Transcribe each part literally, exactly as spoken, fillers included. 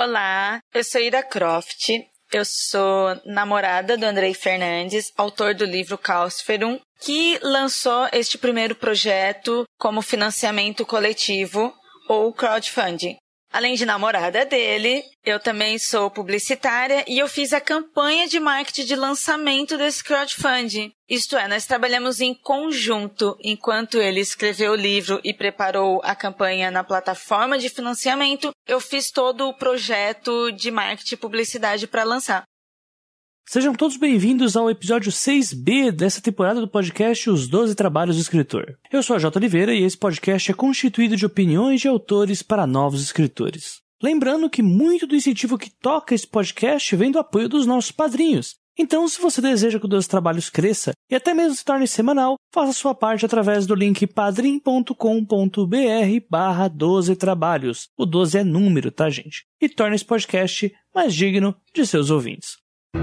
Olá, eu sou Ira Croft, eu sou namorada do Andrei Fernandes, autor do livro Caosferum, que lançou este primeiro projeto como financiamento coletivo ou crowdfunding. Além de namorada dele, eu também sou publicitária e eu fiz a campanha de marketing de lançamento desse crowdfunding. Isto é, nós trabalhamos em conjunto, enquanto ele escreveu o livro e preparou a campanha na plataforma de financiamento, eu fiz todo o projeto de marketing e publicidade para lançar. Sejam todos bem-vindos ao episódio seis B dessa temporada do podcast Os doze Trabalhos do Escritor. Eu sou a J. Oliveira e esse podcast é constituído de opiniões de autores para novos escritores. Lembrando que muito do incentivo que toca esse podcast vem do apoio dos nossos padrinhos. Então, se você deseja que o doze Trabalhos cresça e até mesmo se torne semanal, faça sua parte através do link padrim.com.br barra doze trabalhos. O doze é número, tá, gente? E torne esse podcast mais digno de seus ouvintes.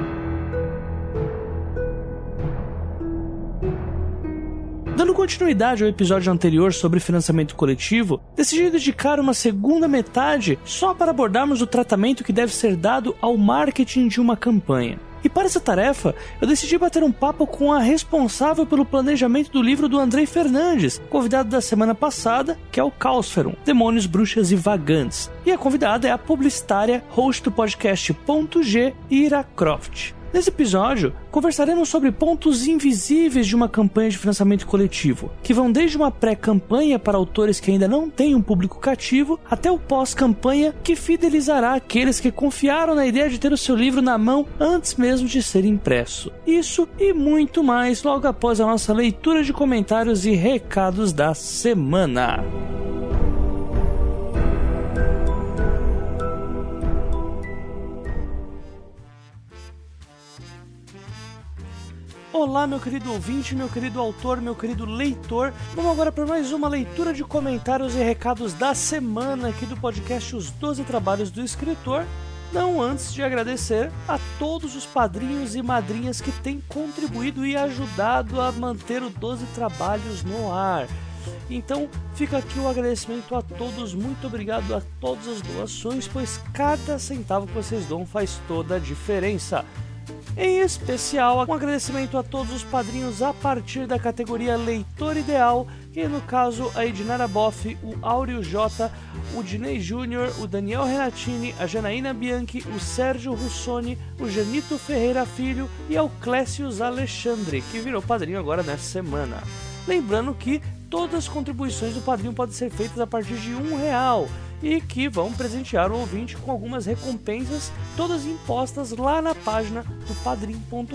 Dando continuidade ao episódio anterior sobre financiamento coletivo, decidi dedicar uma segunda metade só para abordarmos o tratamento que deve ser dado ao marketing de uma campanha. E para essa tarefa, eu decidi bater um papo com a responsável pelo planejamento do livro do Andrei Fernandes, convidado da semana passada, que é o Caosferum, Demônios, Bruxas e Vagantes. E a convidada é a publicitária, host do podcast Ponto G, Ira Croft. Nesse episódio, conversaremos sobre pontos invisíveis de uma campanha de financiamento coletivo, que vão desde uma pré-campanha para autores que ainda não têm um público cativo, até o pós-campanha que fidelizará aqueles que confiaram na ideia de ter o seu livro na mão antes mesmo de ser impresso. Isso e muito mais logo após a nossa leitura de comentários e recados da semana. Olá, meu querido ouvinte, meu querido autor, meu querido leitor. Vamos agora para mais uma leitura de comentários e recados da semana aqui do podcast Os doze Trabalhos do Escritor. Não antes de agradecer a todos os padrinhos e madrinhas que têm contribuído e ajudado a manter o doze Trabalhos no ar. Então, fica aqui o agradecimento a todos, muito obrigado a todas as doações, pois cada centavo que vocês dão faz toda a diferença. Em especial, um agradecimento a todos os padrinhos a partir da categoria Leitor Ideal, que no caso a Edinara Boff, o Áureo J, o Dinei Júnior, o Daniel Renatini, a Janaína Bianchi, o Sérgio Russoni, o Janito Ferreira Filho e ao Clécius Alexandre, que virou padrinho agora nessa semana. Lembrando que todas as contribuições do padrinho podem ser feitas a partir de um real e que vão presentear o ouvinte com algumas recompensas, todas impostas lá na página do padrim.com.br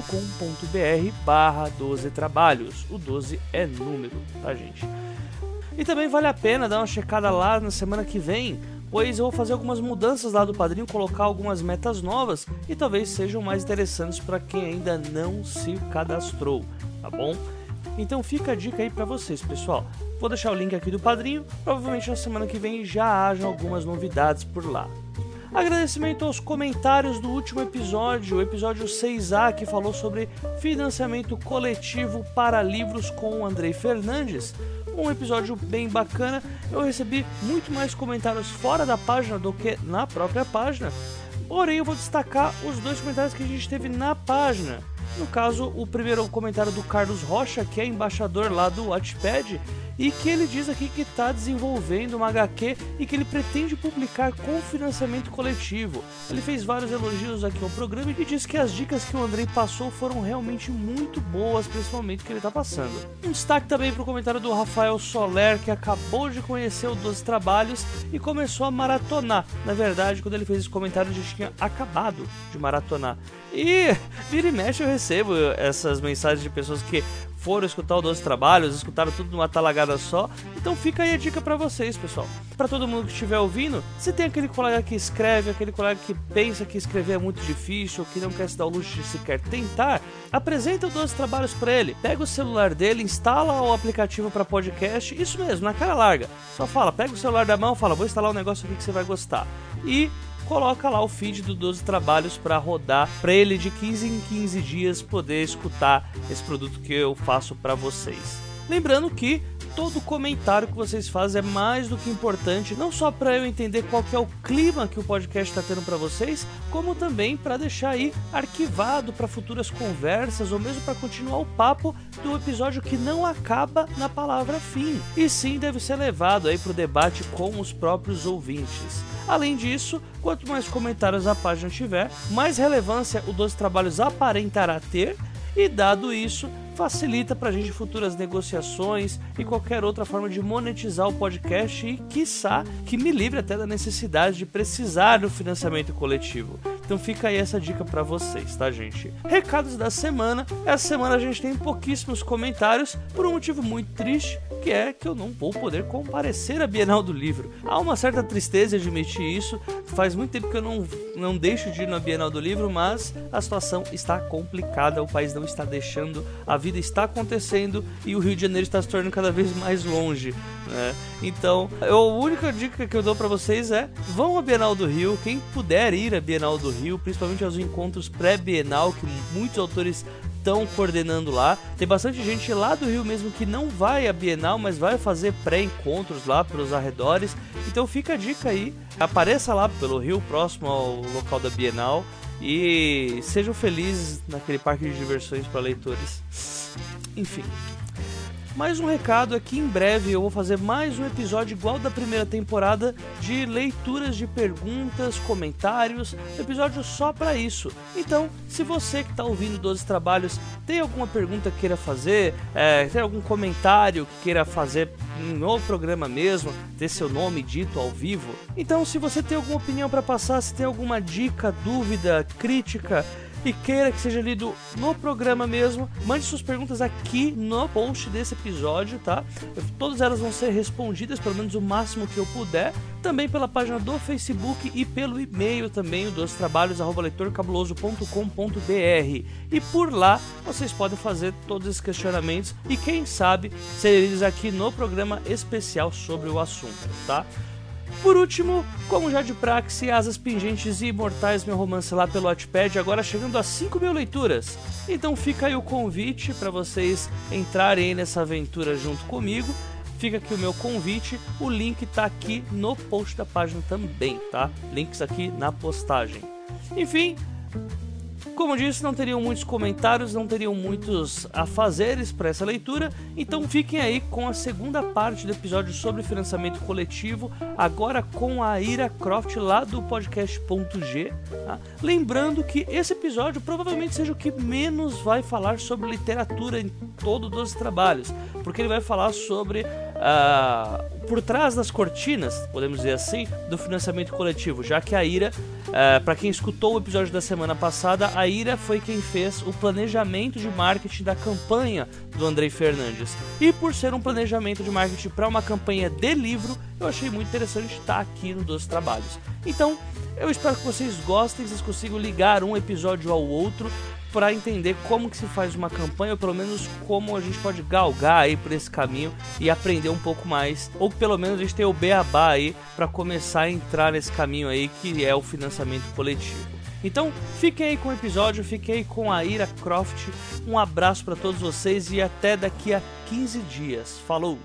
barra doze trabalhos. O doze é número, tá, gente? E também vale a pena dar uma checada lá na semana que vem, pois eu vou fazer algumas mudanças lá do Padrinho, colocar algumas metas novas e talvez sejam mais interessantes para quem ainda não se cadastrou, tá bom? Então fica a dica aí pra vocês, pessoal. Vou deixar o link aqui do Padrinho, provavelmente na semana que vem já hajam algumas novidades por lá. Agradecimento aos comentários do último episódio, o episódio seis A, que falou sobre financiamento coletivo para livros com o Andrei Fernandes. Um episódio bem bacana, eu recebi muito mais comentários fora da página do que na própria página, porém eu vou destacar os dois comentários que a gente teve na página. No caso, o primeiro é o comentário do Carlos Rocha, que é embaixador lá do Wattpad, e que ele diz aqui que está desenvolvendo uma agá quê e que ele pretende publicar com financiamento coletivo. Ele fez vários elogios aqui ao programa e diz que as dicas que o Andrei passou foram realmente muito boas, principalmente que ele está passando. Um destaque também para o comentário do Rafael Soler, que acabou de conhecer o doze Trabalhos e começou a maratonar. Na verdade, quando ele fez esse comentário, já tinha acabado de maratonar. E vira e mexe eu recebo essas mensagens de pessoas que foram escutar o doze Trabalhos, escutaram tudo numa talagada só. Então fica aí a dica pra vocês, pessoal. Pra todo mundo que estiver ouvindo, se tem aquele colega que escreve, aquele colega que pensa que escrever é muito difícil, ou que não quer se dar o luxo de sequer tentar, apresenta o doze Trabalhos pra ele. Pega o celular dele, instala o aplicativo pra podcast, isso mesmo, na cara larga. Só fala, pega o celular da mão, fala, vou instalar um negócio aqui que você vai gostar. E coloca lá o feed do doze Trabalhos para rodar, para ele de quinze em quinze dias poder escutar esse produto que eu faço para vocês. Lembrando que todo comentário que vocês fazem é mais do que importante, não só para eu entender qual que é o clima que o podcast está tendo para vocês, como também para deixar aí arquivado para futuras conversas ou mesmo para continuar o papo do episódio que não acaba na palavra fim, e sim deve ser levado aí para o debate com os próprios ouvintes. Além disso, quanto mais comentários a página tiver, mais relevância o doze Trabalhos aparentará ter, e dado isso, facilita pra gente futuras negociações e qualquer outra forma de monetizar o podcast e, quiçá, que me livre até da necessidade de precisar do financiamento coletivo. Então fica aí essa dica pra vocês, tá, gente? Recados da semana. Essa semana a gente tem pouquíssimos comentários por um motivo muito triste, que é que eu não vou poder comparecer à Bienal do Livro. Há uma certa tristeza de admitir isso. Faz muito tempo que eu não, não deixo de ir na Bienal do Livro, mas a situação está complicada, o país não está deixando, a vida está acontecendo e o Rio de Janeiro está se tornando cada vez mais longe, né? Então, eu, a única dica que eu dou para vocês é: vão à Bienal do Rio. Quem puder ir à Bienal do Rio, principalmente aos encontros pré-bienal, que muitos autores estão coordenando lá. Tem bastante gente lá do Rio mesmo que não vai à Bienal, mas vai fazer pré-encontros lá pelos arredores. Então fica a dica aí, apareça lá pelo Rio, próximo ao local da Bienal, e sejam felizes naquele parque de diversões para leitores. Enfim, mais um recado aqui: em breve eu vou fazer mais um episódio igual da primeira temporada, de leituras de perguntas, comentários, episódio só para isso. Então, se você que está ouvindo doze Trabalhos tem alguma pergunta que queira fazer, é, tem algum comentário que queira fazer no programa mesmo, ter seu nome dito ao vivo, então se você tem alguma opinião para passar, se tem alguma dica, dúvida, crítica e queira que seja lido no programa mesmo, mande suas perguntas aqui no post desse episódio, tá? Todas elas vão ser respondidas, pelo menos o máximo que eu puder, também pela página do Facebook e pelo e-mail também, o doze trabalhos arroba leitor cabuloso ponto com ponto b r. E por lá vocês podem fazer todos esses questionamentos e quem sabe serem eles aqui no programa especial sobre o assunto, tá? Por último, como já de praxe, Asas Pingentes e Imortais, meu romance lá pelo Wattpad, agora chegando a cinco mil leituras. Então fica aí o convite para vocês entrarem nessa aventura junto comigo. Fica aqui o meu convite, o link tá aqui no post da página também, tá? Links aqui na postagem. Enfim, como disse, não teriam muitos comentários, não teriam muitos afazeres para essa leitura, então fiquem aí com a segunda parte do episódio sobre financiamento coletivo, agora com a Ira Croft lá do podcast ponto g, tá? Lembrando que esse episódio provavelmente seja o que menos vai falar sobre literatura em todo doze Trabalhos, porque ele vai falar sobre uh, por trás das cortinas, podemos dizer assim, do financiamento coletivo, já que a Ira, uh, para quem escutou o episódio da semana passada, a Ira foi quem fez o planejamento de marketing da campanha do Andrei Fernandes. E por ser um planejamento de marketing para uma campanha de livro, eu achei muito interessante estar aqui no doze Trabalhos. Então, eu espero que vocês gostem, que vocês consigam ligar um episódio ao outro para entender como que se faz uma campanha, ou pelo menos como a gente pode galgar aí por esse caminho e aprender um pouco mais, ou pelo menos a gente ter o beabá aí para começar a entrar nesse caminho aí que é o financiamento coletivo. Então, fiquem aí com o episódio, fiquem aí com a Ira Croft, um abraço para todos vocês e até daqui a quinze dias. Falou!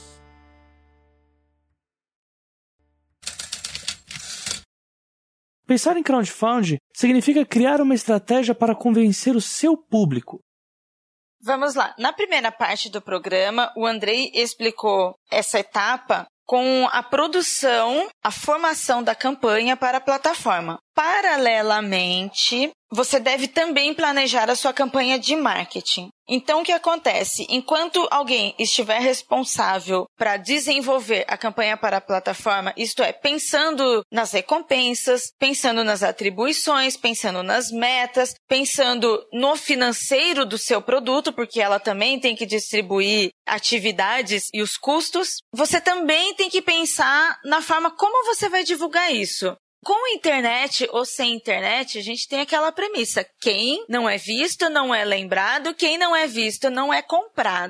Pensar em crowdfunding significa criar uma estratégia para convencer o seu público. Vamos lá. Na primeira parte do programa, o Andrei explicou essa etapa com a produção, a formação da campanha para a plataforma. Paralelamente, você deve também planejar a sua campanha de marketing. Então, o que acontece? Enquanto alguém estiver responsável para desenvolver a campanha para a plataforma, isto é, pensando nas recompensas, pensando nas atribuições, pensando nas metas, pensando no financeiro do seu produto, porque ela também tem que distribuir atividades e os custos, você também tem que pensar na forma como você vai divulgar isso. Com internet ou sem internet, a gente tem aquela premissa: quem não é visto não é lembrado, quem não é visto não é comprado.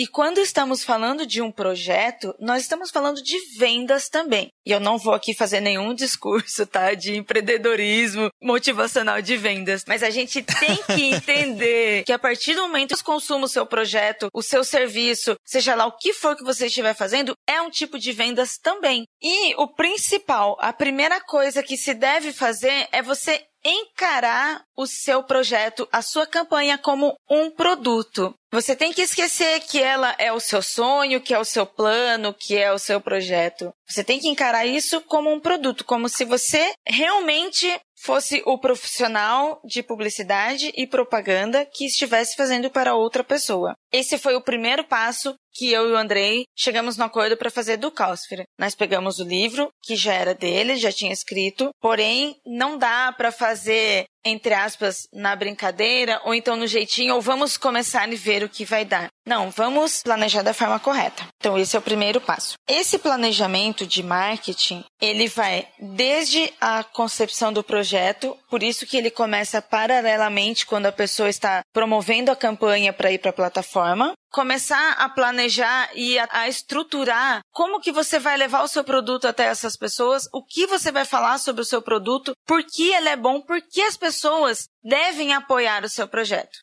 E quando estamos falando de um projeto, nós estamos falando de vendas também. E eu não vou aqui fazer nenhum discurso, tá? De empreendedorismo motivacional de vendas. Mas a gente tem que entender que a partir do momento que você consuma o seu projeto, o seu serviço, seja lá o que for que você estiver fazendo, é um tipo de vendas também. E o principal, a primeira coisa que se deve fazer é você encarar o seu projeto, a sua campanha como um produto. Você tem que esquecer que ela é o seu sonho, que é o seu plano, que é o seu projeto. Você tem que encarar isso como um produto, como se você realmente fosse o profissional de publicidade e propaganda que estivesse fazendo para outra pessoa. Esse foi o primeiro passo que eu e o Andrei chegamos no acordo para fazer do Causfer. Nós pegamos o livro, que já era dele, já tinha escrito, porém não dá para fazer, entre aspas, na brincadeira, ou então no jeitinho, ou vamos começar e ver o que vai dar. Não, vamos planejar da forma correta. Então, esse é o primeiro passo. Esse planejamento de marketing, ele vai desde a concepção do projeto, por isso que ele começa paralelamente quando a pessoa está promovendo a campanha para ir para a plataforma, começar a planejar e a, a estruturar como que você vai levar o seu produto até essas pessoas, o que você vai falar sobre o seu produto, por que ele é bom, por que as pessoas devem apoiar o seu projeto.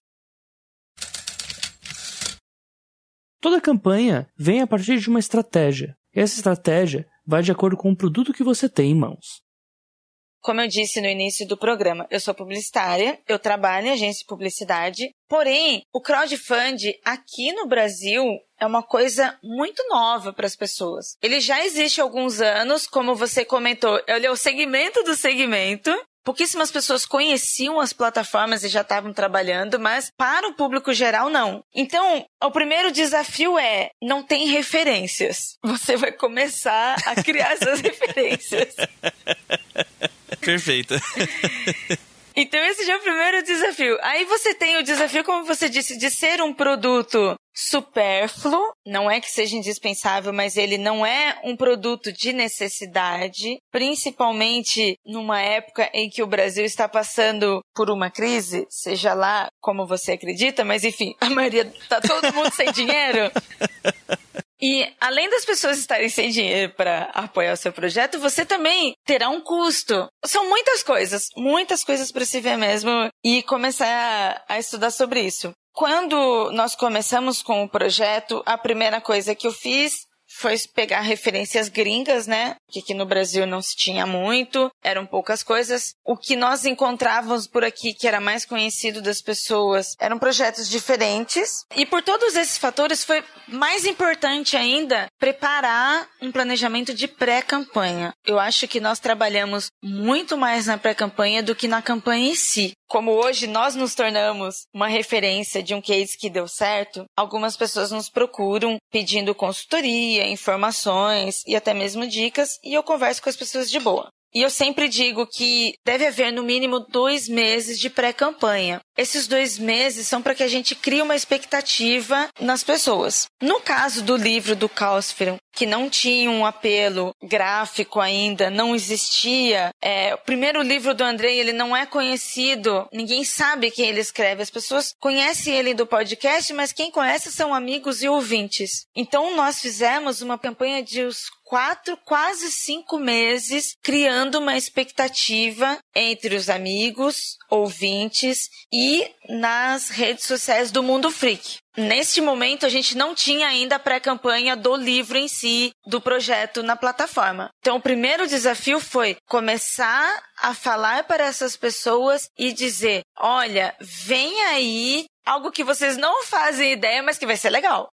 Toda campanha vem a partir de uma estratégia. Essa estratégia vai de acordo com o produto que você tem em mãos. Como eu disse no início do programa, eu sou publicitária, eu trabalho em agência de publicidade, porém, o crowdfunding aqui no Brasil é uma coisa muito nova para as pessoas. Ele já existe há alguns anos, como você comentou, ele é o segmento do segmento. Pouquíssimas pessoas conheciam as plataformas e já estavam trabalhando, mas para o público geral, não. Então, o primeiro desafio é, não tem referências. Você vai começar a criar essas referências. Perfeito. Então, esse já é o primeiro desafio. Aí você tem o desafio, como você disse, de ser um produto supérfluo, não é que seja indispensável, mas ele não é um produto de necessidade, principalmente numa época em que o Brasil está passando por uma crise, seja lá como você acredita, mas enfim, a maioria, tá todo mundo sem dinheiro. E além das pessoas estarem sem dinheiro para apoiar o seu projeto, você também terá um custo. São muitas coisas, muitas coisas para se ver mesmo e começar a, a estudar sobre isso. Quando nós começamos com o projeto, a primeira coisa que eu fiz foi pegar referências gringas, né? Que aqui no Brasil não se tinha muito, eram poucas coisas. O que nós encontrávamos por aqui, que era mais conhecido das pessoas, eram projetos diferentes. E por todos esses fatores, foi mais importante ainda preparar um planejamento de pré-campanha. Eu acho que nós trabalhamos muito mais na pré-campanha do que na campanha em si. Como hoje nós nos tornamos uma referência de um case que deu certo, algumas pessoas nos procuram pedindo consultoria, informações e até mesmo dicas, e eu converso com as pessoas de boa. E eu sempre digo que deve haver no mínimo dois meses de pré-campanha. Esses dois meses são para que a gente crie uma expectativa nas pessoas. No caso do livro do Causfer, que não tinha um apelo gráfico ainda, não existia. É, o primeiro livro do Andrei, ele não é conhecido, ninguém sabe quem ele escreve. As pessoas conhecem ele do podcast, mas quem conhece são amigos e ouvintes. Então, nós fizemos uma campanha de uns quatro, quase cinco meses, criando uma expectativa entre os amigos, ouvintes e nas redes sociais do Mundo Freak. Neste momento, a gente não tinha ainda a pré-campanha do livro em si, do projeto na plataforma. Então, o primeiro desafio foi começar a falar para essas pessoas e dizer, olha, vem aí algo que vocês não fazem ideia, mas que vai ser legal.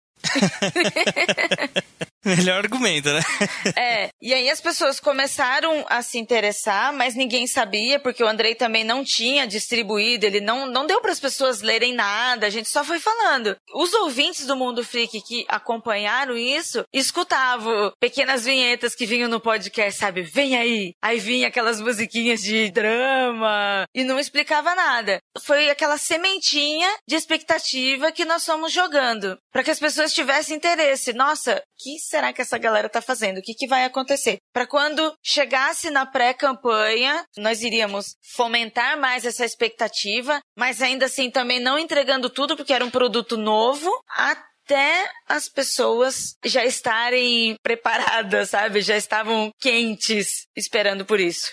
Melhor argumento, né? É, e aí as pessoas começaram a se interessar, mas ninguém sabia, porque o Andrei também não tinha distribuído, ele não, não deu para as pessoas lerem nada, a gente só foi falando. Os ouvintes do Mundo Freak que acompanharam isso, escutavam pequenas vinhetas que vinham no podcast, sabe? Vem aí! Aí vinha aquelas musiquinhas de drama e não explicava nada. Foi aquela sementinha de expectativa que nós fomos jogando, para que as pessoas tivessem interesse. Nossa, que será que essa galera tá fazendo? O que, que vai acontecer? Para quando chegasse na pré-campanha, nós iríamos fomentar mais essa expectativa, mas ainda assim também não entregando tudo, porque era um produto novo, a até as pessoas já estarem preparadas, sabe? Já estavam quentes esperando por isso.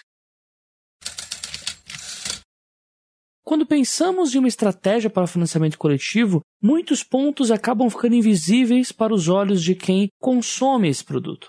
Quando pensamos em uma estratégia para o financiamento coletivo, muitos pontos acabam ficando invisíveis para os olhos de quem consome esse produto.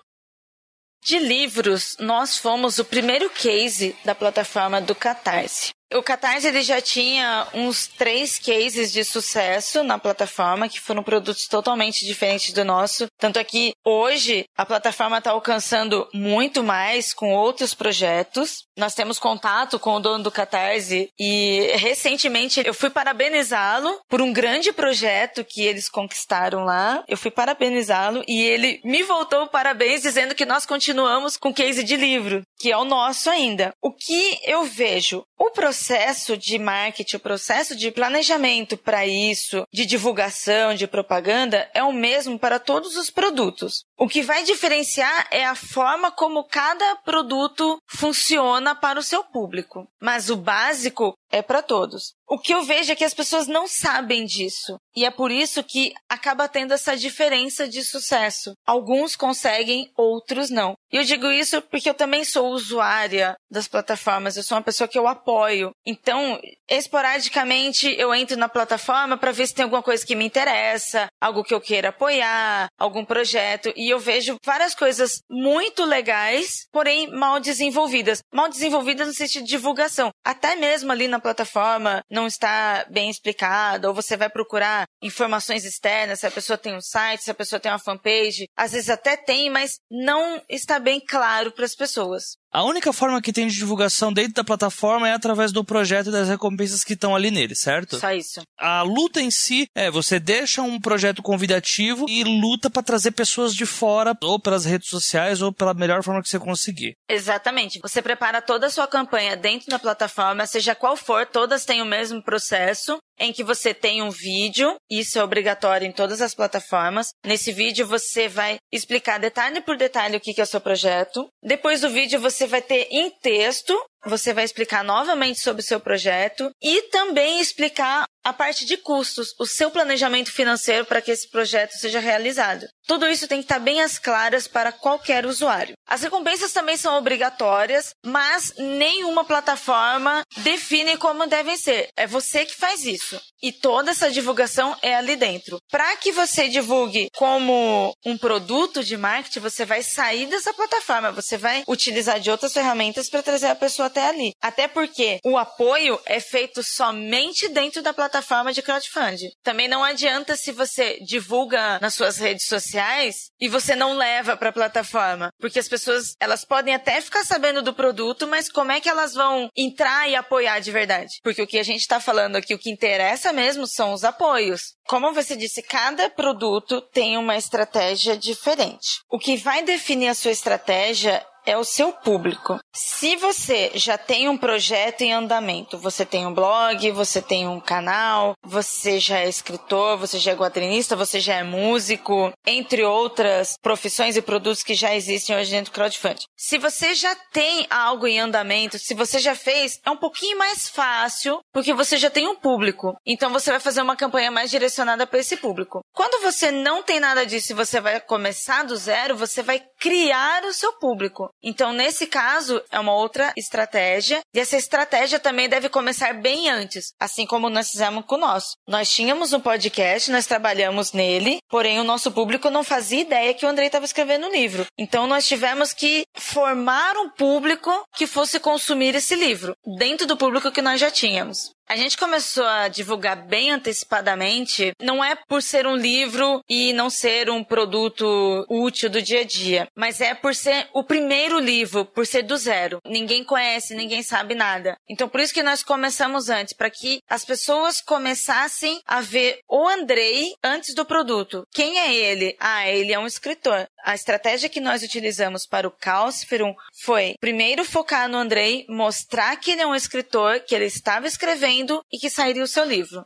De livros, nós fomos o primeiro case da plataforma do Catarse. O Catarse ele já tinha uns três cases de sucesso na plataforma, que foram produtos totalmente diferentes do nosso. Tanto é que hoje a plataforma está alcançando muito mais com outros projetos. Nós temos contato com o dono do Catarse e recentemente eu fui parabenizá-lo por um grande projeto que eles conquistaram lá. Eu fui parabenizá-lo e ele me voltou parabéns dizendo que nós continuamos com case de livro, que é o nosso ainda. O que eu vejo? O processo de marketing, o processo de planejamento para isso, de divulgação, de propaganda, é o mesmo para todos os produtos. O que vai diferenciar é a forma como cada produto funciona para o seu público. Mas o básico é para todos. O que eu vejo é que as pessoas não sabem disso. E é por isso que acaba tendo essa diferença de sucesso. Alguns conseguem, outros não. E eu digo isso porque eu também sou usuária das plataformas. Eu sou uma pessoa que eu apoio. Então, esporadicamente, eu entro na plataforma para ver se tem alguma coisa que me interessa, algo que eu queira apoiar, algum projeto. E eu vejo várias coisas muito legais, porém mal desenvolvidas. Mal desenvolvidas no sentido de divulgação. Até mesmo ali na plataforma não está bem explicado, ou você vai procurar informações externas, se a pessoa tem um site, se a pessoa tem uma fanpage. Às vezes até tem, mas não está bem claro para as pessoas. A única forma que tem de divulgação dentro da plataforma é através do projeto e das recompensas que estão ali nele, certo? Só isso. A luta em si é, você deixa um projeto convidativo e luta para trazer pessoas de fora, ou pelas redes sociais, ou pela melhor forma que você conseguir. Exatamente. Você prepara toda a sua campanha dentro da plataforma, seja qual for, todas têm o mesmo processo, em que você tem um vídeo, isso é obrigatório em todas as plataformas. Nesse vídeo você vai explicar detalhe por detalhe o que é o seu projeto. Depois do vídeo você vai ter em texto, você vai explicar novamente sobre o seu projeto e também explicar a parte de custos, o seu planejamento financeiro para que esse projeto seja realizado. Tudo isso tem que estar bem às claras para qualquer usuário. As recompensas também são obrigatórias, mas nenhuma plataforma define como devem ser. É você que faz isso. E toda essa divulgação é ali dentro. Para que você divulgue como um produto de marketing, você vai sair dessa plataforma, você vai utilizar de outras ferramentas para trazer a pessoa até ali. Até porque o apoio é feito somente dentro da plataforma de crowdfunding. Também não adianta se você divulga nas suas redes sociais e você não leva para a plataforma. Porque as pessoas, elas podem até ficar sabendo do produto, mas como é que elas vão entrar e apoiar de verdade? Porque o que a gente está falando aqui, o que interessa mesmo são os apoios. Como você disse, cada produto tem uma estratégia diferente. O que vai definir a sua estratégia é o seu público. Se você já tem um projeto em andamento, você tem um blog, você tem um canal, você já é escritor, você já é quadrinista, você já é músico, entre outras profissões e produtos que já existem hoje dentro do crowdfunding. Se você já tem algo em andamento, se você já fez, é um pouquinho mais fácil, porque você já tem um público. Então você vai fazer uma campanha mais direcionada para esse público. Quando você não tem nada disso e você vai começar do zero, você vai criar o seu público. Então, nesse caso, é uma outra estratégia. E essa estratégia também deve começar bem antes, assim como nós fizemos com o nosso. Nós tínhamos um podcast, nós trabalhamos nele, porém o nosso público não fazia ideia que o Andrei estava escrevendo um livro. Então, nós tivemos que formar um público que fosse consumir esse livro, dentro do público que nós já tínhamos. A gente começou a divulgar bem antecipadamente, não é por ser um livro e não ser um produto útil do dia a dia, mas é por ser o primeiro livro, por ser do zero. Ninguém conhece, ninguém sabe nada. Então, por isso que nós começamos antes, para que as pessoas começassem a ver o Andrei antes do produto. Quem é ele? Ah, ele é um escritor. A estratégia que nós utilizamos para o Causferum foi, primeiro, focar no Andrei, mostrar que ele é um escritor, que ele estava escrevendo e que sairia o seu livro.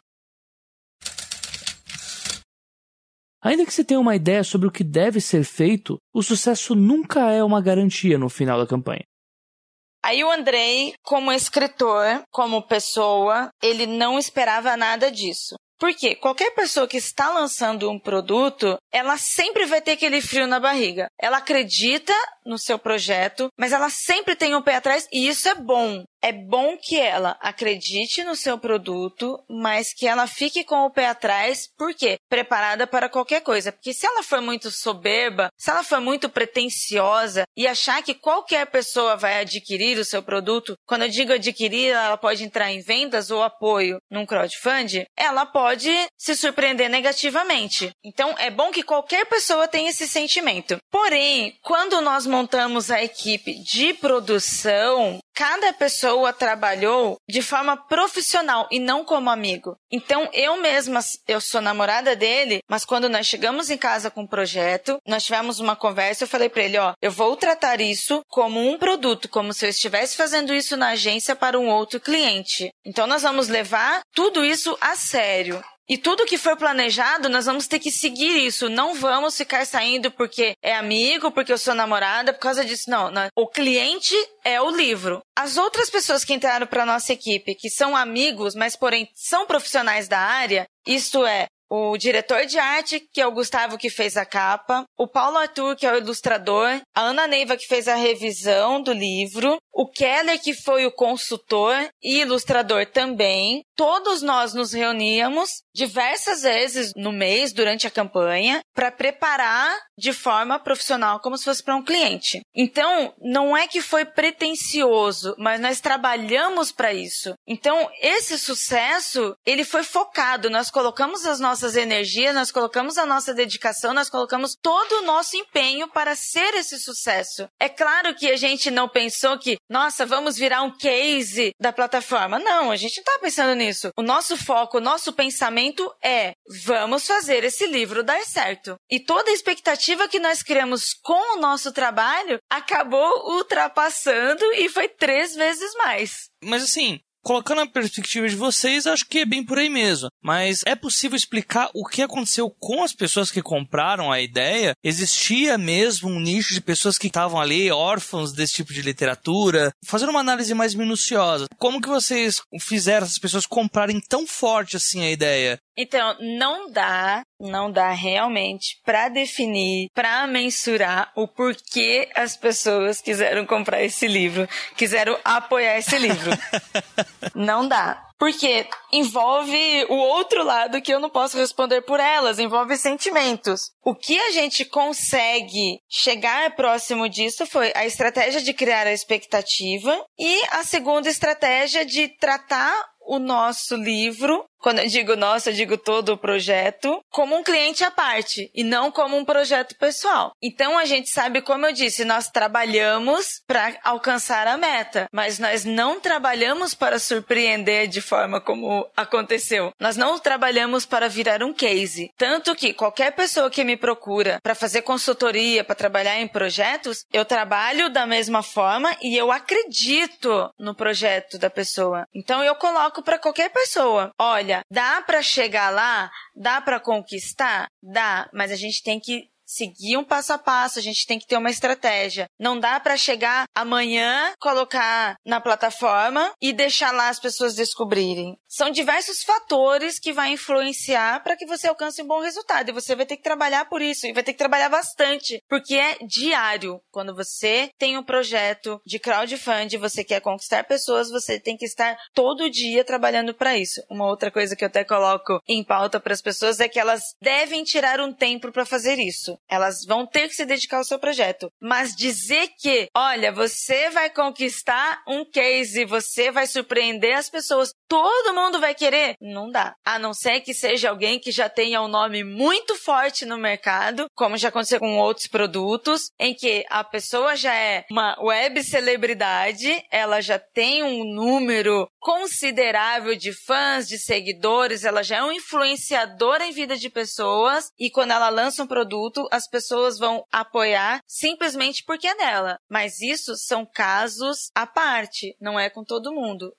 Ainda que se tenha uma ideia sobre o que deve ser feito, o sucesso nunca é uma garantia no final da campanha. Aí o Andrei, como escritor, como pessoa, ele não esperava nada disso. Por quê? Qualquer pessoa que está lançando um produto, ela sempre vai ter aquele frio na barriga. Ela acredita no seu projeto, mas ela sempre tem um pé atrás e isso é bom. É bom que ela acredite no seu produto, mas que ela fique com o pé atrás, por quê? Preparada para qualquer coisa. Porque se ela for muito soberba, se ela for muito pretensiosa e achar que qualquer pessoa vai adquirir o seu produto, quando eu digo adquirir, ela pode entrar em vendas ou apoio num crowdfunding, ela pode se surpreender negativamente. Então, é bom que qualquer pessoa tenha esse sentimento. Porém, quando nós montamos a equipe de produção, cada pessoa trabalhou de forma profissional e não como amigo. Então, eu mesma, eu sou namorada dele, mas quando nós chegamos em casa com um projeto, nós tivemos uma conversa, eu falei pra ele, ó, eu vou tratar isso como um produto, como se eu estivesse fazendo isso na agência para um outro cliente. Então, nós vamos levar tudo isso a sério. E tudo que for planejado, nós vamos ter que seguir isso. Não vamos ficar saindo porque é amigo, porque eu sou namorada, por causa disso. Não, não. O cliente é o livro. As outras pessoas que entraram para a nossa equipe, que são amigos, mas porém são profissionais da área, isto é, o diretor de arte, que é o Gustavo, que fez a capa, o Paulo Arthur, que é o ilustrador, a Ana Neiva, que fez a revisão do livro, o Keller, que foi o consultor e ilustrador também. Todos nós nos reuníamos diversas vezes no mês, durante a campanha, para preparar de forma profissional, como se fosse para um cliente. Então, não é que foi pretensioso, mas nós trabalhamos para isso. Então, esse sucesso, ele foi focado. Nós colocamos as nossas energias, nós colocamos a nossa dedicação, nós colocamos todo o nosso empenho para ser esse sucesso. É claro que a gente não pensou que, nossa, vamos virar um case da plataforma. Não, a gente não está pensando nisso. O nosso foco, o nosso pensamento é, vamos fazer esse livro dar certo. E toda a expectativa que nós criamos com o nosso trabalho acabou ultrapassando e foi três vezes mais. Mas assim, colocando a perspectiva de vocês, acho que é bem por aí mesmo. Mas é possível explicar o que aconteceu com as pessoas que compraram a ideia? Existia mesmo um nicho de pessoas que estavam ali, órfãos desse tipo de literatura? Fazendo uma análise mais minuciosa, como que vocês fizeram essas pessoas comprarem tão forte assim a ideia? Então, não dá, não dá realmente para definir, para mensurar o porquê as pessoas quiseram comprar esse livro, quiseram apoiar esse livro. Não dá. Porque envolve o outro lado que eu não posso responder por elas, envolve sentimentos. O que a gente consegue chegar próximo disso foi a estratégia de criar a expectativa e a segunda estratégia de tratar o nosso livro, quando eu digo nosso, eu digo todo o projeto, como um cliente à parte e não como um projeto pessoal. Então, a gente sabe, como eu disse, nós trabalhamos para alcançar a meta, mas nós não trabalhamos para surpreender de forma como aconteceu. Nós não trabalhamos para virar um case. Tanto que qualquer pessoa que me procura para fazer consultoria, para trabalhar em projetos, eu trabalho da mesma forma e eu acredito no projeto da pessoa. Então, eu coloco para qualquer pessoa. Olha, dá para chegar lá? Dá para conquistar? Dá, mas a gente tem que seguir um passo a passo, a gente tem que ter uma estratégia. Não dá para chegar amanhã, colocar na plataforma e deixar lá as pessoas descobrirem. São diversos fatores que vai influenciar para que você alcance um bom resultado. E você vai ter que trabalhar por isso, e vai ter que trabalhar bastante, porque é diário. Quando você tem um projeto de crowdfunding, você quer conquistar pessoas, você tem que estar todo dia trabalhando para isso. Uma outra coisa que eu até coloco em pauta para as pessoas é que elas devem tirar um tempo para fazer isso. Elas vão ter que se dedicar ao seu projeto. Mas dizer que, olha, você vai conquistar um case, você vai surpreender as pessoas, todo mundo vai querer? Não dá. A não ser que seja alguém que já tenha um nome muito forte no mercado, como já aconteceu com outros produtos, em que a pessoa já é uma web celebridade, ela já tem um número considerável de fãs, de seguidores, ela já é um influenciador em vida de pessoas, e quando ela lança um produto, as pessoas vão apoiar simplesmente porque é dela. Mas isso são casos à parte, não é com todo mundo.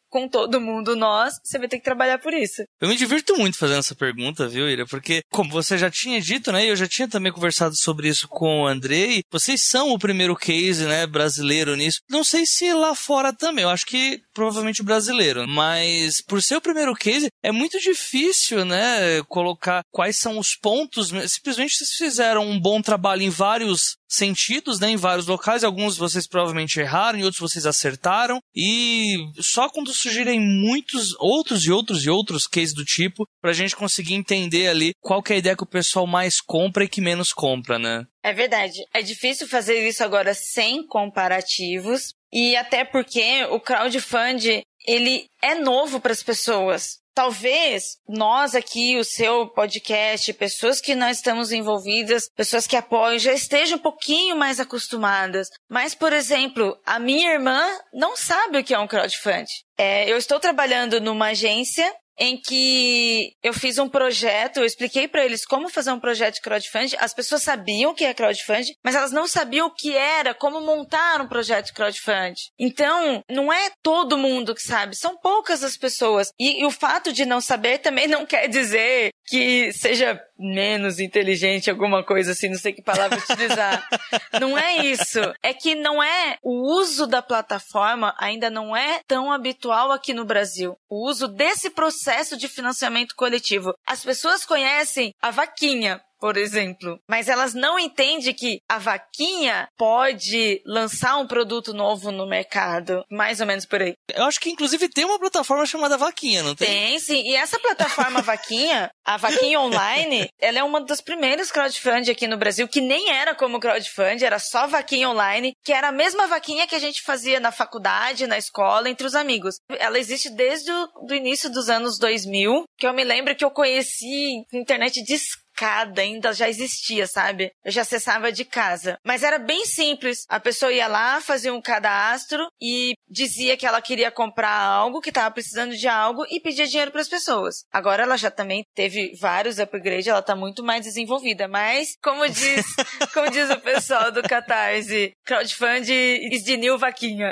com todo mundo nós, você vai ter que trabalhar por isso. Eu me divirto muito fazendo essa pergunta, viu, Ira? Porque, como você já tinha dito, né, e eu já tinha também conversado sobre isso com o Andrei, vocês são o primeiro case, né, brasileiro nisso. Não sei se lá fora também, eu acho que provavelmente brasileiro, mas por ser o primeiro case, é muito difícil, né, colocar quais são os pontos. Simplesmente vocês fizeram um bom trabalho em vários sentidos, né, em vários locais, alguns vocês provavelmente erraram e outros vocês acertaram, e só quando surgirem muitos outros e outros e outros cases do tipo, pra gente conseguir entender ali qual que é a ideia que o pessoal mais compra e que menos compra, né? É verdade. É difícil fazer isso agora sem comparativos, e até porque o crowdfunding, ele é novo para as pessoas. Talvez nós aqui, o seu podcast, pessoas que nós estamos envolvidas, pessoas que apoiam, já estejam um pouquinho mais acostumadas. Mas, por exemplo, a minha irmã não sabe o que é um crowdfunding. É, eu estou trabalhando numa agência em que eu fiz um projeto, eu expliquei para eles como fazer um projeto de crowdfunding. As pessoas sabiam o que é crowdfunding, mas elas não sabiam o que era, como montar um projeto de crowdfunding. Então, não é todo mundo que sabe, são poucas as pessoas. E, e o fato de não saber também não quer dizer que seja menos inteligente, alguma coisa assim, não sei que palavra utilizar. Não é isso. É que não é, o uso da plataforma ainda não é tão habitual aqui no Brasil. O uso desse processo de financiamento coletivo. As pessoas conhecem a vaquinha, por exemplo, mas elas não entendem que a vaquinha pode lançar um produto novo no mercado, mais ou menos por aí. Eu acho que inclusive tem uma plataforma chamada Vaquinha, não tem? Tem, sim. E essa plataforma Vaquinha, a Vaquinha Online, ela é uma das primeiras crowdfunding aqui no Brasil, que nem era como crowdfunding, era só Vaquinha Online, que era a mesma vaquinha que a gente fazia na faculdade, na escola, entre os amigos. Ela existe desde o do início dos anos dois mil, que eu me lembro que eu conheci internet de ainda já existia, sabe? Eu já acessava de casa. Mas era bem simples. A pessoa ia lá, fazia um cadastro e dizia que ela queria comprar algo, que estava precisando de algo e pedia dinheiro para as pessoas. Agora ela já também teve vários upgrades, ela está muito mais desenvolvida. Mas, como diz, como diz o pessoal do Catarse, crowdfunding is the new vaquinha.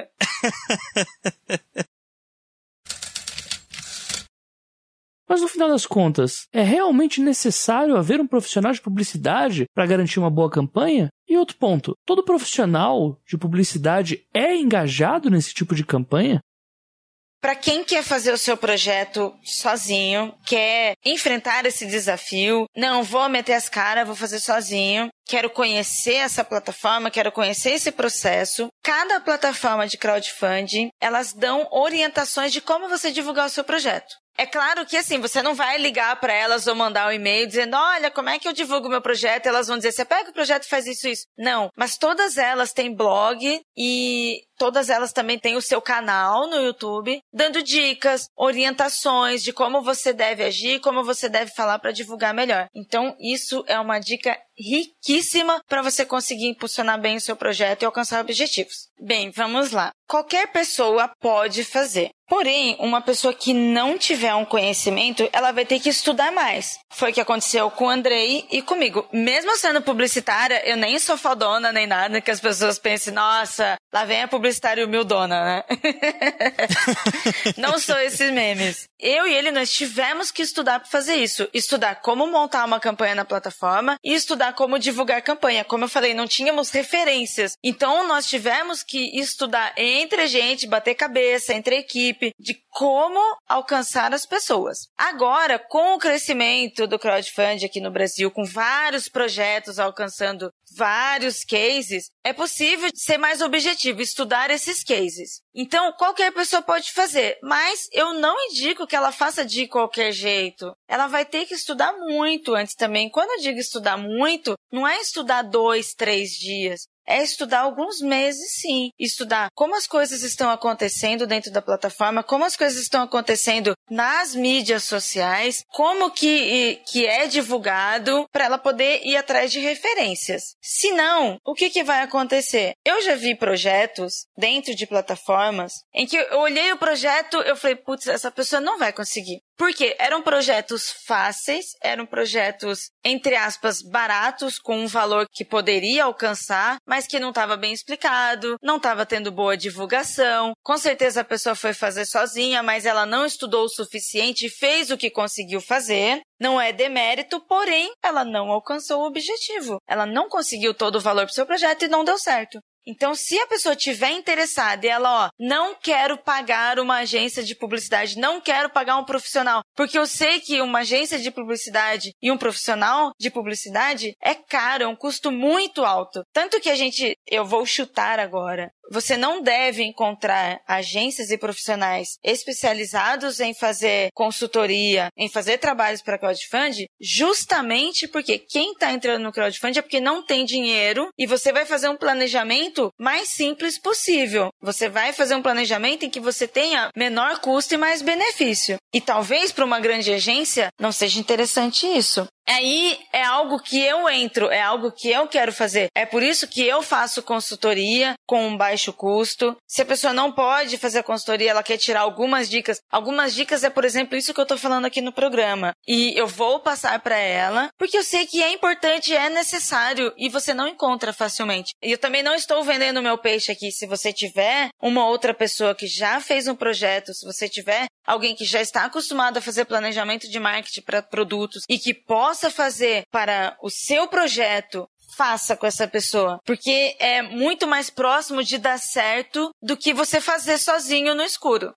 Mas no final das contas, é realmente necessário haver um profissional de publicidade para garantir uma boa campanha? E outro ponto, todo profissional de publicidade é engajado nesse tipo de campanha? Para quem quer fazer o seu projeto sozinho, quer enfrentar esse desafio, não vou meter as caras, vou fazer sozinho, quero conhecer essa plataforma, quero conhecer esse processo. Cada plataforma de crowdfunding, elas dão orientações de como você divulgar o seu projeto. É claro que, assim, você não vai ligar para elas ou mandar um e-mail dizendo, olha, como é que eu divulgo meu projeto? E elas vão dizer, você pega o projeto e faz isso, isso. Não, mas todas elas têm blog e todas elas também têm o seu canal no YouTube, dando dicas, orientações de como você deve agir, como você deve falar para divulgar melhor. Então, isso é uma dica riquíssima para você conseguir impulsionar bem o seu projeto e alcançar objetivos. Bem, vamos lá. Qualquer pessoa pode fazer. Porém, uma pessoa que não tiver um conhecimento, ela vai ter que estudar mais. Foi o que aconteceu com o Andrei e comigo. Mesmo sendo publicitária, eu nem sou fodona nem nada, que as pessoas pensem, nossa, lá vem a publicitária humildona, né? Não sou esses memes. Eu e ele, nós tivemos que estudar para fazer isso. Estudar como montar uma campanha na plataforma e estudar como divulgar campanha. Como eu falei, não tínhamos referências. Então, nós tivemos que estudar entre a gente, bater cabeça, entre a equipe, de como alcançar as pessoas. Agora, com o crescimento do crowdfunding aqui no Brasil, com vários projetos alcançando vários cases, é possível ser mais objetivo, estudar esses cases. Então, qualquer pessoa pode fazer, mas eu não indico que ela faça de qualquer jeito. Ela vai ter que estudar muito antes também. Quando eu digo estudar muito, não é estudar dois, três dias. É estudar alguns meses, sim. Estudar como as coisas estão acontecendo dentro da plataforma, como as coisas estão acontecendo nas mídias sociais, como que, que é divulgado, para ela poder ir atrás de referências. Se não, o que, que vai acontecer? Eu já vi projetos dentro de plataformas em que eu olhei o projeto, eu falei, putz, essa pessoa não vai conseguir. Por quê? Eram projetos fáceis, eram projetos, entre aspas, baratos, com um valor que poderia alcançar, mas que não estava bem explicado, não estava tendo boa divulgação. Com certeza a pessoa foi fazer sozinha, mas ela não estudou o suficiente e fez o que conseguiu fazer. Não é demérito, porém, ela não alcançou o objetivo. Ela não conseguiu todo o valor para o seu projeto e não deu certo. Então, se a pessoa estiver interessada e ela, ó, não quero pagar uma agência de publicidade, não quero pagar um profissional, porque eu sei que uma agência de publicidade e um profissional de publicidade é caro, é um custo muito alto. Tanto que a gente, eu vou chutar agora, você não deve encontrar agências e profissionais especializados em fazer consultoria, em fazer trabalhos para crowdfunding, justamente porque quem está entrando no crowdfunding é porque não tem dinheiro e você vai fazer um planejamento mais simples possível. Você vai fazer um planejamento em que você tenha menor custo e mais benefício. E talvez para uma grande agência não seja interessante isso. Aí é algo que eu entro, é algo que eu quero fazer. É por isso que eu faço consultoria com um baixo custo. Se a pessoa não pode fazer a consultoria, ela quer tirar algumas dicas. Algumas dicas é, por exemplo, isso que eu estou falando aqui no programa. E eu vou passar para ela, porque eu sei que é importante, é necessário e você não encontra facilmente. E eu também não estou vendendo meu peixe aqui. Se você tiver uma outra pessoa que já fez um projeto, se você tiver alguém que já está acostumado a fazer planejamento de marketing para produtos e que possa fazer para o seu projeto, faça com essa pessoa, porque é muito mais próximo de dar certo do que você fazer sozinho no escuro.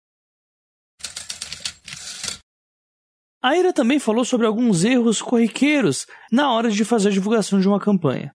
A Ira também falou sobre alguns erros corriqueiros na hora de fazer a divulgação de uma campanha.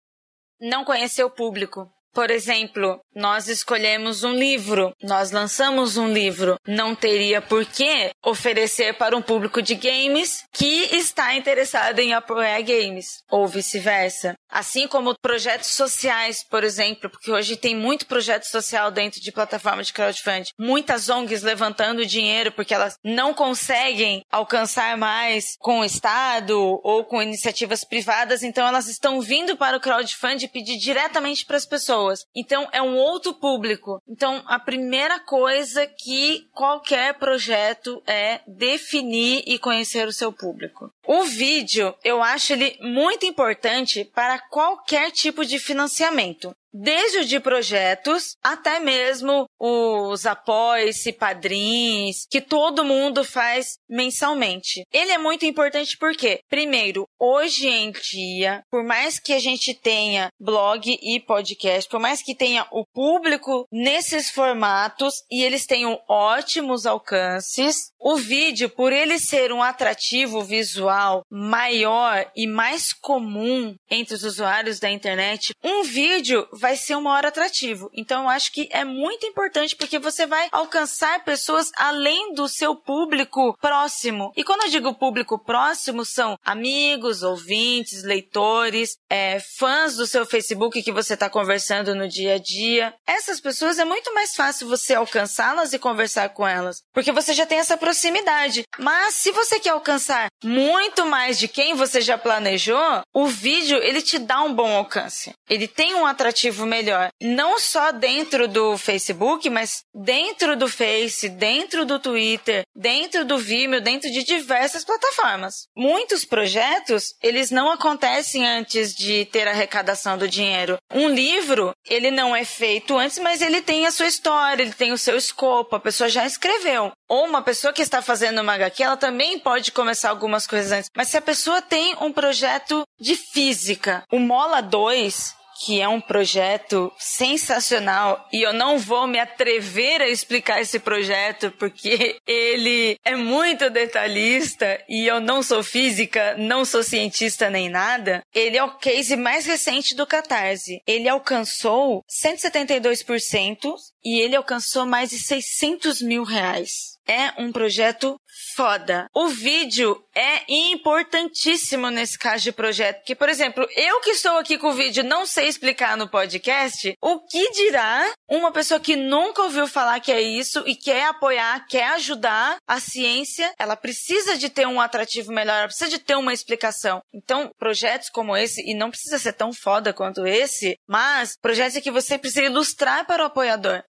Não conhecer o público. Por exemplo, nós escolhemos um livro, nós lançamos um livro, não teria por que oferecer para um público de games que está interessado em apoiar games, ou vice-versa. Assim como projetos sociais, por exemplo, porque hoje tem muito projeto social dentro de plataforma de crowdfunding. Muitas O N Gs levantando dinheiro porque elas não conseguem alcançar mais com o Estado ou com iniciativas privadas, então elas estão vindo para o crowdfunding pedir diretamente para as pessoas. Então, é um outro público. Então, a primeira coisa que qualquer projeto é definir e conhecer o seu público. O vídeo, eu acho ele muito importante para qualquer tipo de financiamento. Desde o de projetos, até mesmo os apoios, padrinhos, que todo mundo faz mensalmente. Ele é muito importante porque, primeiro, hoje em dia, por mais que a gente tenha blog e podcast, por mais que tenha o público nesses formatos e eles tenham ótimos alcances, o vídeo, por ele ser um atrativo visual maior e mais comum entre os usuários da internet, um vídeo vai vai ser o maior atrativo. Então, eu acho que é muito importante porque você vai alcançar pessoas além do seu público próximo. E quando eu digo público próximo, são amigos, ouvintes, leitores, é, fãs do seu Facebook que você está conversando no dia a dia. Essas pessoas é muito mais fácil você alcançá-las e conversar com elas, porque você já tem essa proximidade. Mas se você quer alcançar muito mais de quem você já planejou, o vídeo, ele te dá um bom alcance. Ele tem um atrativo melhor, não só dentro do Facebook, mas dentro do Face, dentro do Twitter, dentro do Vimeo, dentro de diversas plataformas. Muitos projetos, eles não acontecem antes de ter a arrecadação do dinheiro. Um livro, ele não é feito antes, mas ele tem a sua história, ele tem o seu escopo, a pessoa já escreveu. Ou uma pessoa que está fazendo uma agá quê, ela também pode começar algumas coisas antes. Mas se a pessoa tem um projeto de física, o Mola dois, que é um projeto sensacional, e eu não vou me atrever a explicar esse projeto porque ele é muito detalhista e eu não sou física, não sou cientista nem nada. Ele é o case mais recente do Catarse. Ele alcançou cento e setenta e dois por cento e ele alcançou mais de seiscentos mil reais. É um projeto foda. O vídeo é importantíssimo nesse caso de projeto, porque, por exemplo, eu que estou aqui com o vídeo não sei explicar no podcast, o que dirá uma pessoa que nunca ouviu falar que é isso e quer apoiar, quer ajudar a ciência, ela precisa de ter um atrativo melhor, ela precisa de ter uma explicação. Então, projetos como esse, e não precisa ser tão foda quanto esse, mas projetos que você precisa ilustrar para o apoiador.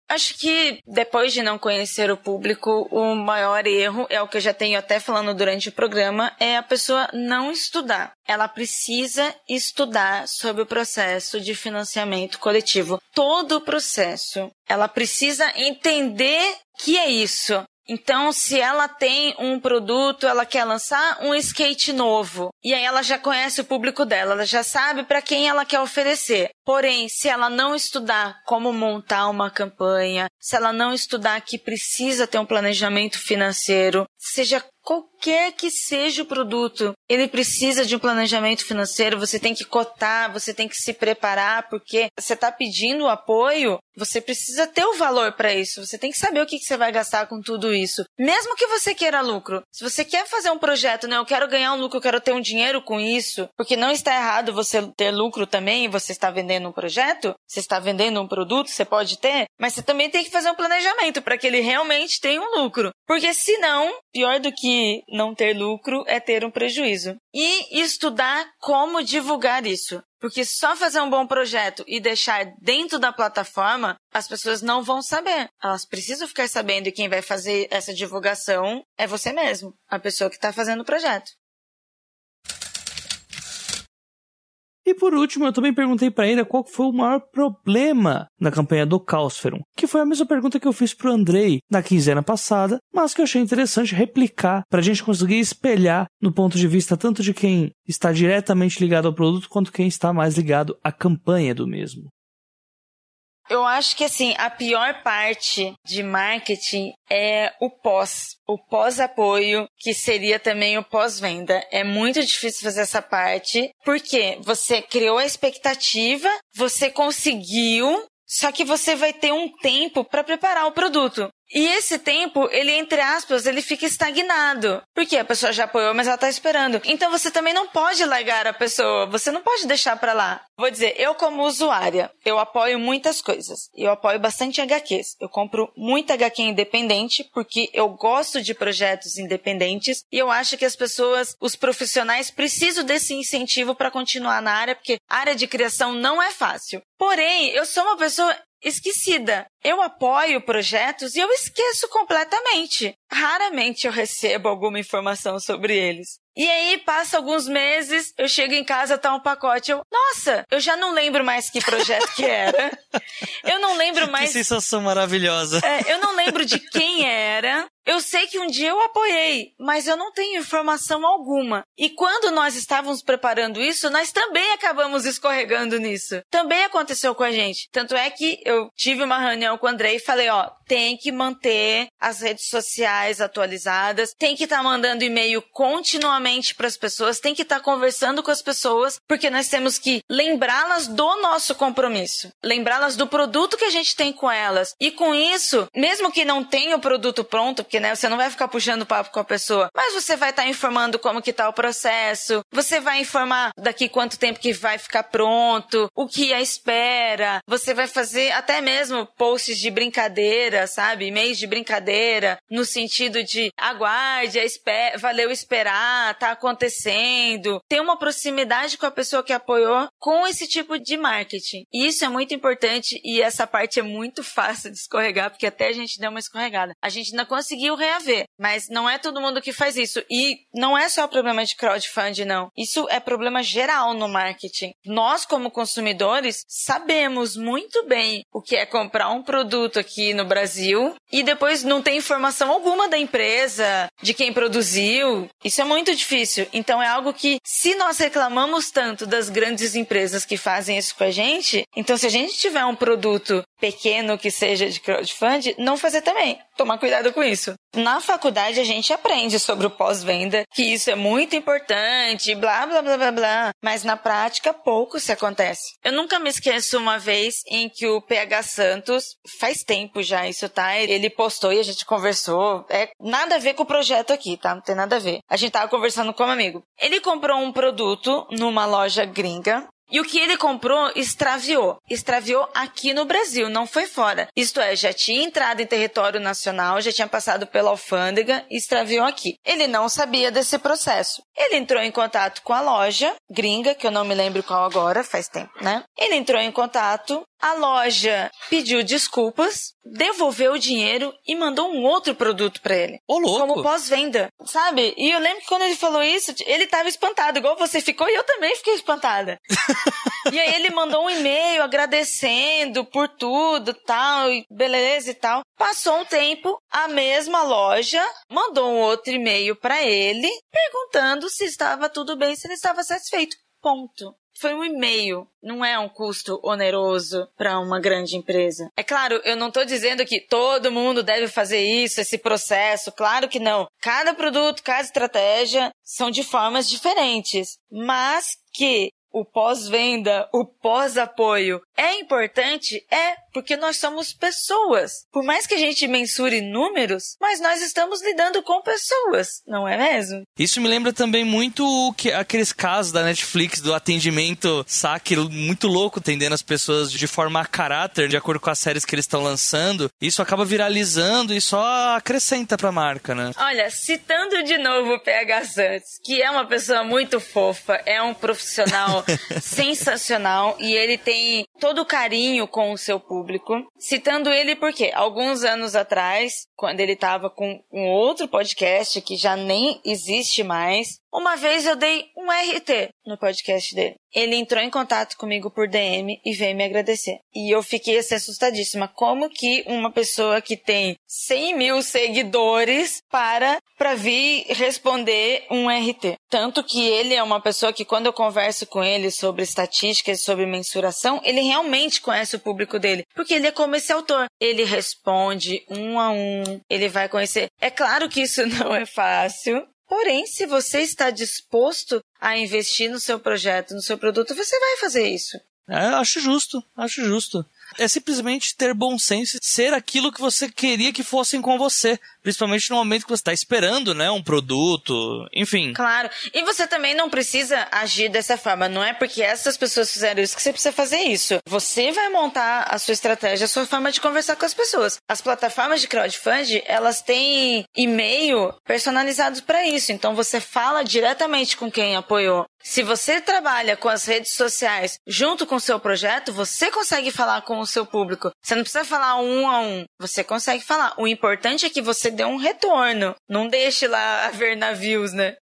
Acho que depois de não conhecer o público, o maior erro, é o que eu já tenho até falando durante o programa, é a pessoa não estudar. Ela precisa estudar sobre o processo de financiamento coletivo. Todo o processo. Ela precisa entender que é isso. Então, se ela tem um produto, ela quer lançar um skate novo, e aí ela já conhece o público dela, ela já sabe para quem ela quer oferecer. Porém, se ela não estudar como montar uma campanha, se ela não estudar que precisa ter um planejamento financeiro, seja qualquer que seja o produto, ele precisa de um planejamento financeiro, você tem que cotar, você tem que se preparar, porque você está pedindo apoio, você precisa ter o valor para isso, você tem que saber o que você vai gastar com tudo isso. Mesmo que você queira lucro, se você quer fazer um projeto, né, eu quero ganhar um lucro, eu quero ter um dinheiro com isso, porque não está errado você ter lucro também, você está vendendo um projeto, você está vendendo um produto, você pode ter, mas você também tem que fazer um planejamento para que ele realmente tenha um lucro, porque senão, pior do que não ter lucro é ter um prejuízo. E estudar como divulgar isso. Porque só fazer um bom projeto e deixar dentro da plataforma, as pessoas não vão saber. Elas precisam ficar sabendo, e quem vai fazer essa divulgação é você mesmo, a pessoa que está fazendo o projeto. E por último, eu também perguntei para ele qual foi o maior problema na campanha do Caosferum, que foi a mesma pergunta que eu fiz pro Andrei na quinzena passada, mas que eu achei interessante replicar para a gente conseguir espelhar no ponto de vista tanto de quem está diretamente ligado ao produto quanto quem está mais ligado à campanha do mesmo. Eu acho que, assim, a pior parte de marketing é o pós, o pós-apoio, que seria também o pós-venda. É muito difícil fazer essa parte, porque você criou a expectativa, você conseguiu, só que você vai ter um tempo para preparar o produto. E esse tempo, ele, entre aspas, ele fica estagnado. Porque a pessoa já apoiou, mas ela tá esperando. Então você também não pode largar a pessoa, você não pode deixar pra lá. Vou dizer, eu como usuária, eu apoio muitas coisas. Eu apoio bastante H Qs. Eu compro muita H Q independente, porque eu gosto de projetos independentes. E eu acho que as pessoas, os profissionais, precisam desse incentivo para continuar na área, porque a área de criação não é fácil. Porém, eu sou uma pessoa esquecida. Eu apoio projetos e eu esqueço completamente. Raramente eu recebo alguma informação sobre eles. E aí, passa alguns meses, eu chego em casa, tá um pacote, eu, nossa, eu já não lembro mais que projeto que era. Eu não lembro mais... Que sensação maravilhosa. É, eu não lembro de quem era. Eu sei que um dia eu apoiei, mas eu não tenho informação alguma. E quando nós estávamos preparando isso, nós também acabamos escorregando nisso. Também aconteceu com a gente. Tanto é que eu tive uma reunião com o Andrei e falei, ó, tem que manter as redes sociais atualizadas, tem que estar tá mandando e-mail continuamente para as pessoas, tem que estar tá conversando com as pessoas, porque nós temos que lembrá-las do nosso compromisso, lembrá-las do produto que a gente tem com elas. E com isso, mesmo que não tenha o produto pronto, porque né, você não vai ficar puxando papo com a pessoa, mas você vai estar tá informando como que tá o processo, você vai informar daqui quanto tempo que vai ficar pronto, o que a espera, você vai fazer até mesmo posts de brincadeira, sabe? E-mails de brincadeira, no sentido de aguarde, esper- valeu esperar, tá acontecendo. Tem uma proximidade com a pessoa que apoiou com esse tipo de marketing. E isso é muito importante e essa parte é muito fácil de escorregar, porque até a gente deu uma escorregada. A gente não conseguiu reaver, mas não é todo mundo que faz isso. E não é só problema de crowdfunding, não. Isso é problema geral no marketing. Nós, como consumidores, sabemos muito bem o que é comprar um produto aqui no Brasil e depois não tem informação alguma da empresa, de quem produziu. Isso é muito difícil. Então é algo que, se nós reclamamos tanto das grandes empresas que fazem isso com a gente, então se a gente tiver um produto pequeno que seja de crowdfunding, não fazer também. Tomar cuidado com isso. Na faculdade a gente aprende sobre o pós-venda, que isso é muito importante, blá, blá, blá, blá, blá. Mas na prática pouco se acontece. Eu nunca me esqueço uma vez em que o P H Santos, faz tempo já isso, tá? Ele postou e a gente conversou. É nada a ver com o projeto aqui, tá? Não tem nada a ver. A gente tava conversando como amigo. Ele comprou um produto numa loja gringa. E o que ele comprou extraviou. Extraviou aqui no Brasil, não foi fora. Isto é, já tinha entrado em território nacional, já tinha passado pela alfândega e extraviou aqui. Ele não sabia desse processo. Ele entrou em contato com a loja gringa, que eu não me lembro qual agora, faz tempo, né? Ele entrou em contato, a loja pediu desculpas, devolveu o dinheiro e mandou um outro produto pra ele. Ô, louco! Como pós-venda, sabe? E eu lembro que quando ele falou isso, ele tava espantado, igual você ficou, e eu também fiquei espantada. E aí ele mandou um e-mail agradecendo por tudo, tal, e beleza e tal. Passou um tempo, a mesma loja mandou um outro e-mail pra ele, perguntando se estava tudo bem, se ele estava satisfeito. Ponto. Foi um e-mail, não é um custo oneroso para uma grande empresa. É claro, eu não estou dizendo que todo mundo deve fazer isso, esse processo, claro que não. Cada produto, cada estratégia são de formas diferentes, mas que o pós-venda, o pós-apoio é importante, é porque nós somos pessoas. Por mais que a gente mensure números, mas nós estamos lidando com pessoas, não é mesmo? Isso me lembra também muito que, aqueles casos da Netflix do atendimento saque muito louco, atendendo as pessoas de forma a caráter, de acordo com as séries que eles estão lançando. Isso acaba viralizando e só acrescenta pra marca, né? Olha, citando de novo o P H Santos, que é uma pessoa muito fofa, é um profissional sensacional e ele tem todo o carinho com o seu público. Citando ele porque alguns anos atrás, quando ele estava com um outro podcast que já nem existe mais, uma vez eu dei um R T no podcast dele. Ele entrou em contato comigo por D M e veio me agradecer. E eu fiquei assim, assustadíssima. Como que uma pessoa que tem cem mil seguidores para para vir responder um R T? Tanto que ele é uma pessoa que quando eu converso com ele sobre estatísticas, sobre mensuração, ele realmente conhece o público dele. Porque ele é como esse autor. Ele responde um a um, ele vai conhecer. É claro que isso não é fácil. Porém, se você está disposto a investir no seu projeto, no seu produto, você vai fazer isso. É, acho justo, acho justo. É simplesmente ter bom senso e ser aquilo que você queria que fossem com você. Principalmente no momento que você está esperando, né, um produto, enfim. Claro. E você também não precisa agir dessa forma. Não é porque essas pessoas fizeram isso que você precisa fazer isso. Você vai montar a sua estratégia, a sua forma de conversar com as pessoas. As plataformas de crowdfunding, elas têm e-mail personalizados para isso. Então você fala diretamente com quem apoiou. Se você trabalha com as redes sociais junto com o seu projeto, você consegue falar com o seu público. Você não precisa falar um a um. Você consegue falar. O importante é que você dê um retorno. Não deixe lá haver navios, né?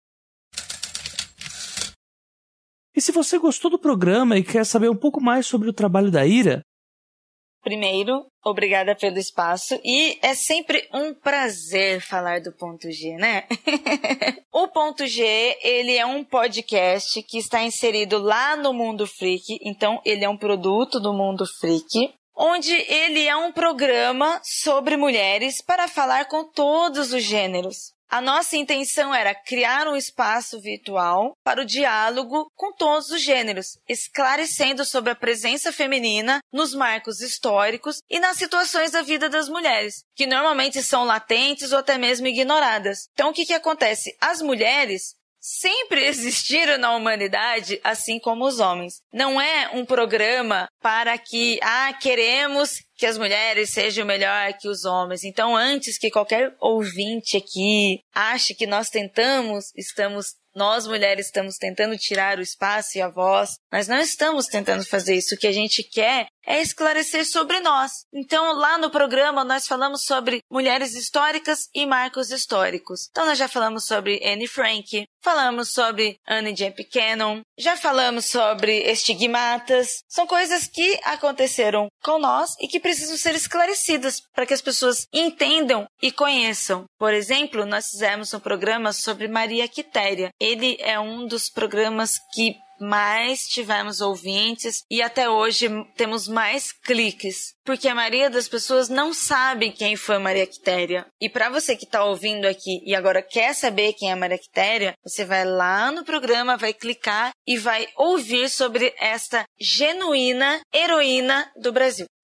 E se você gostou do programa e quer saber um pouco mais sobre o trabalho da Ira? Primeiro, obrigada pelo espaço e é sempre um prazer falar do Ponto G, né? O Ponto G, ele é um podcast que está inserido lá no Mundo Freak, então ele é um produto do Mundo Freak, onde ele é um programa sobre mulheres para falar com todos os gêneros. A nossa intenção era criar um espaço virtual para o diálogo com todos os gêneros, esclarecendo sobre a presença feminina nos marcos históricos e nas situações da vida das mulheres, que normalmente são latentes ou até mesmo ignoradas. Então, o que que acontece? As mulheres sempre existiram na humanidade, assim como os homens. Não é um programa para que, ah, queremos que as mulheres sejam melhor que os homens. Então, antes que qualquer ouvinte aqui ache que nós tentamos, estamos, nós mulheres estamos tentando tirar o espaço e a voz, nós não estamos tentando fazer isso. O que a gente quer é esclarecer sobre nós. Então, lá no programa, nós falamos sobre mulheres históricas e marcos históricos. Então, nós já falamos sobre Anne Frank, falamos sobre Anne Jamp Cannon, já falamos sobre estigmatas. São coisas que aconteceram com nós e que precisam ser esclarecidas para que as pessoas entendam e conheçam. Por exemplo, nós fizemos um programa sobre Maria Quitéria. Ele é um dos programas que mais tivemos ouvintes e até hoje temos mais cliques, porque a maioria das pessoas não sabe quem foi Maria Quitéria. E para você que está ouvindo aqui e agora quer saber quem é Maria Quitéria, você vai lá no programa, vai clicar e vai ouvir sobre esta genuína heroína do Brasil.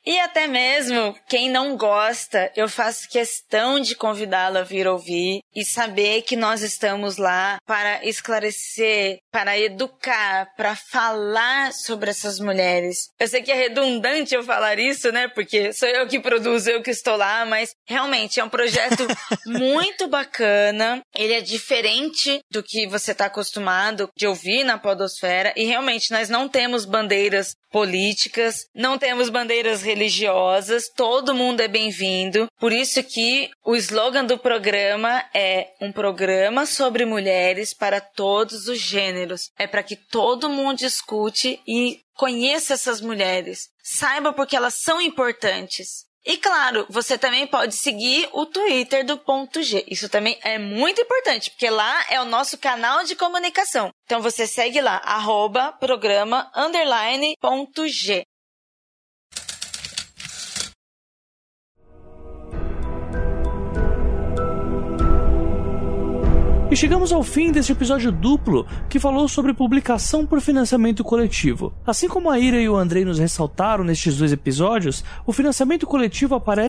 E até mesmo quem não gosta, eu faço questão de convidá-lo a vir ouvir e saber que nós estamos lá para esclarecer, para educar, para falar sobre essas mulheres. Eu sei que é redundante eu falar isso, né? Porque sou eu que produzo, eu que estou lá, mas realmente é um projeto muito bacana. Ele é diferente do que você está acostumado de ouvir na podosfera e realmente nós não temos bandeiras políticas, não temos bandeiras religiosas, todo mundo é bem-vindo. Por isso que o slogan do programa é um programa sobre mulheres para todos os gêneros. É para que todo mundo escute e conheça essas mulheres, saiba porque elas são importantes. E claro, você também pode seguir o Twitter do Ponto G. Isso também é muito importante, porque lá é o nosso canal de comunicação. Então você segue lá, arroba programa underline ponto G. E chegamos ao fim deste episódio duplo que falou sobre publicação por financiamento coletivo. Assim como a Ira e o Andrei nos ressaltaram nestes dois episódios, o financiamento coletivo aparece